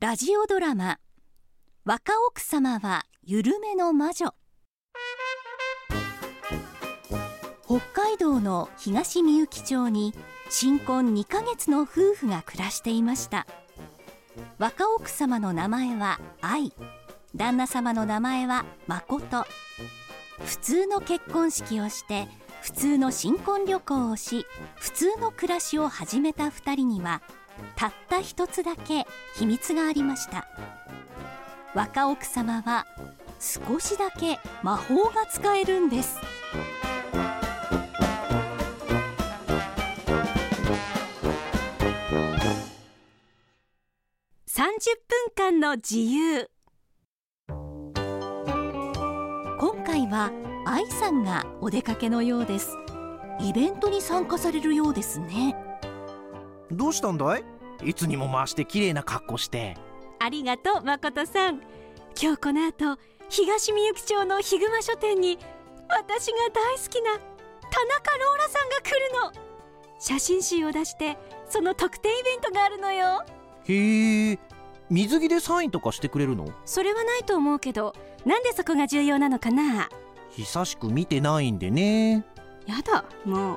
ラジオドラマ若奥様は緩めの魔女。北海道の東みゆき町に新婚2ヶ月の夫婦が暮らしていました。若奥様の名前は愛、旦那様の名前は誠。普通の結婚式をして普通の新婚旅行をし、普通の暮らしを始めた2人にはたった一つだけ秘密がありました。若奥様は少しだけ魔法が使えるんです。30分間の自由。今回は愛さんがお出かけのようです。イベントに参加されるようですね。 どうしたんだい？いつにも増して綺麗な格好して。 ありがとう誠さん。今日この後東みゆき町のヒグマ書店に私が大好きな田中ローラさんが来るの。写真集を出してその特典イベントがあるのよ。 へえ、水着でサインとかしてくれるの？ それはないと思うけど、なんでそこが重要なのかな？ 久しく見てないんでね。 やだ、もう。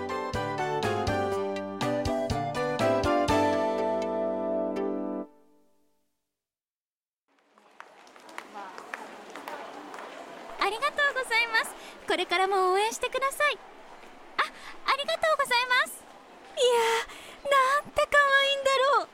ありがとうございます。これからも応援してください。ありがとうございます。いや、なんて可愛いんだろう、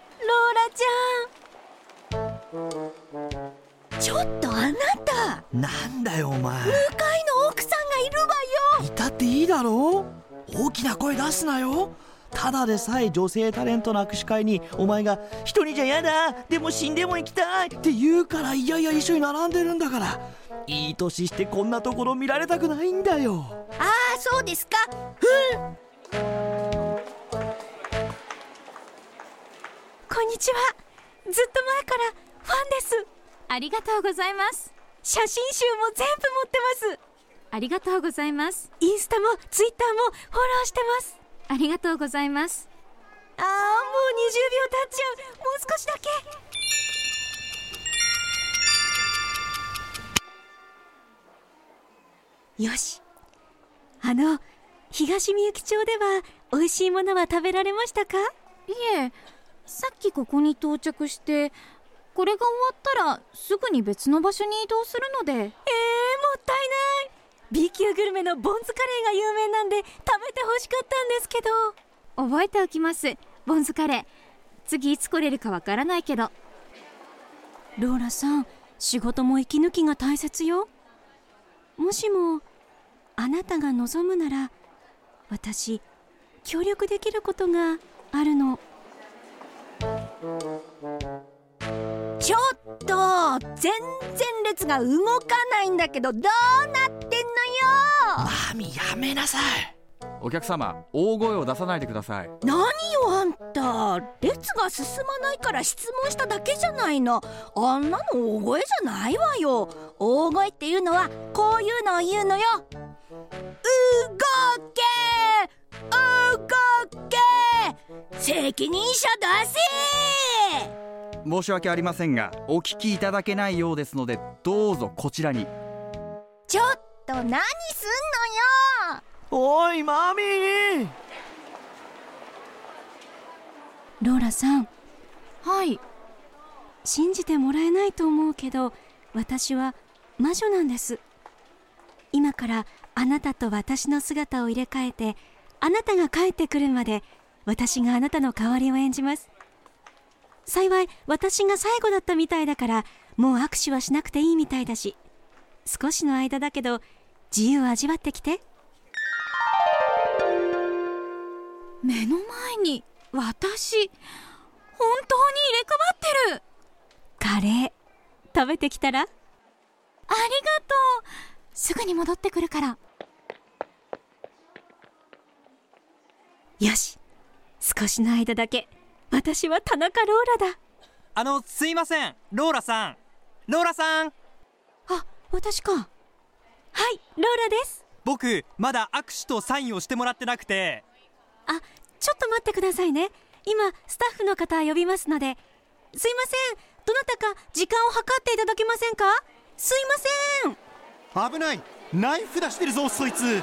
ローラちゃん。ちょっとあなた。 なんだよお前。 向かいの奥さんがいるわよ。 いたっていいだろう。大きな声出すなよ。ただでさえ女性タレントの握手会にお前が一人じゃやだ、でも死んでも行きたいって言うから、いやいや一緒に並んでるんだから。いい年してこんなところ見られたくないんだよ。 ああ、そうですか。こんにちは。ずっと前からファンです。ありがとうございます。写真集も全部持ってます。ありがとうございます。インスタもツイッターもフォローしてます。ありがとうございます。もう20秒経っちゃう。もう少しだけ。よし。東みゆき町では美味しいものは食べられましたか？ いえ、さっきここに到着して、これが終わったらすぐに別の場所に移動するので。 もったいない。B 級グルメのボンズカレーが有名なんで食べてほしかったんですけど。 覚えておきます、ボンズカレー。次いつ来れるかわからないけど。 ローラさん、仕事も息抜きが大切よ。もしもあなたが望むなら、私協力できることがあるの。ちょっと全然列が動かないんだけど、どうなってんのよ。 マミ、やめなさい。 お客様、大声を出さないでください。 何よあんた、列が進まないから質問しただけじゃないの。あんなの大声じゃないわよ。大声っていうのはこういうのを言うのよ。動け動け、責任者出せ。 申し訳ありませんが、お聞きいただけないようですので、どうぞこちらに。 ちょっと何すんのよ。 おいマミー。 ローラさん。 はい。 信じてもらえないと思うけど、私は魔女なんです。今からあなたと私の姿を入れ替えて、あなたが帰ってくるまで私があなたの代わりを演じます。幸い私が最後だったみたいだから、もう握手はしなくていいみたいだし、少しの間だけど自由を味わってきて。 目の前に私、本当に入れ替わってる。 カレー食べてきたら？ ありがとう。すぐに戻ってくるから。 よし、少しの間だけ私は田中ローラだ。 すいません、ローラさん。ローラさん。 あ、私か。はい、ローラです。 僕まだ握手とサインをしてもらってなくて。 ちょっと待ってくださいね。今スタッフの方呼びますので。すいません、 どなたか時間を計っていただけませんか？すいません。 危ない、ナイフ出してるぞそいつ。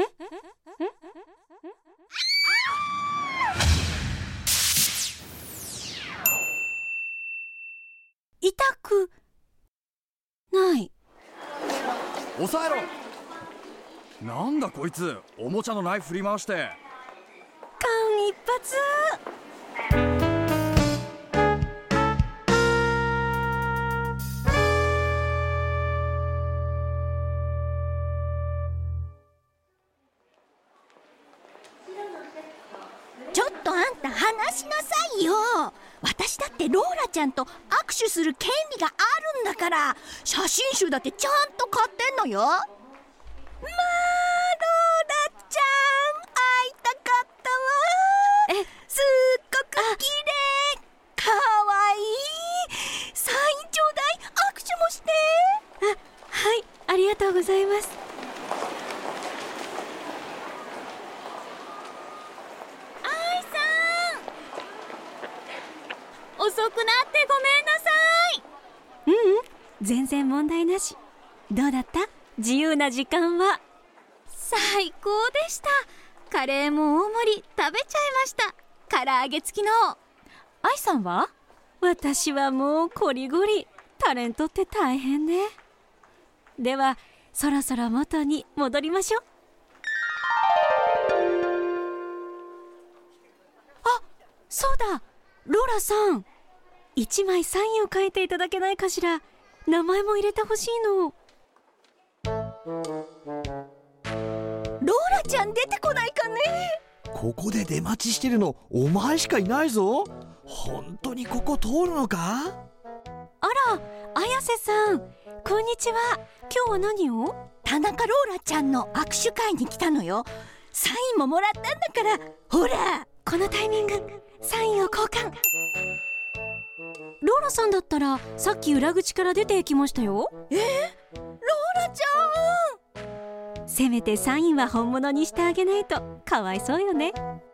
痛くない。 抑えろ。なんだこいつ、おもちゃのナイフ振り回して。 間一髪。 ちょっとあんた話しなさいよ。私だってローラちゃんと握手する権利があるんだから。写真集だってちゃんと買ってんのよ。まあローラちゃん会いたかったわ。すっごく綺麗、かわいい。サインちょうだい、握手もして。 はい、ありがとうございます。 遅くなってごめんなさい。 全然問題なし。どうだった？自由な時間は。 最高でした。カレーも大盛り食べちゃいました。唐揚げ付きの。 愛さんは？私はもうコリゴリ。タレントって大変ね。ではそろそろ元に戻りましょう。あ、そうだ、ローラさん、1枚サインを書いていただけないかしら。名前も入れてほしいの。 ローラちゃん出てこないかね。 ここで出待ちしてるのお前しかいないぞ。本当にここ通るのか？ あら、綾瀬さん、こんにちは。今日は何を？ 田中ローラちゃんの握手会に来たのよ。サインももらったんだから。ほら、 このタイミング、サインを交換。ローラさんだったらさっき裏口から出て行きましたよ。 ローラちゃん、 せめてサインは本物にしてあげないとかわいそうよね。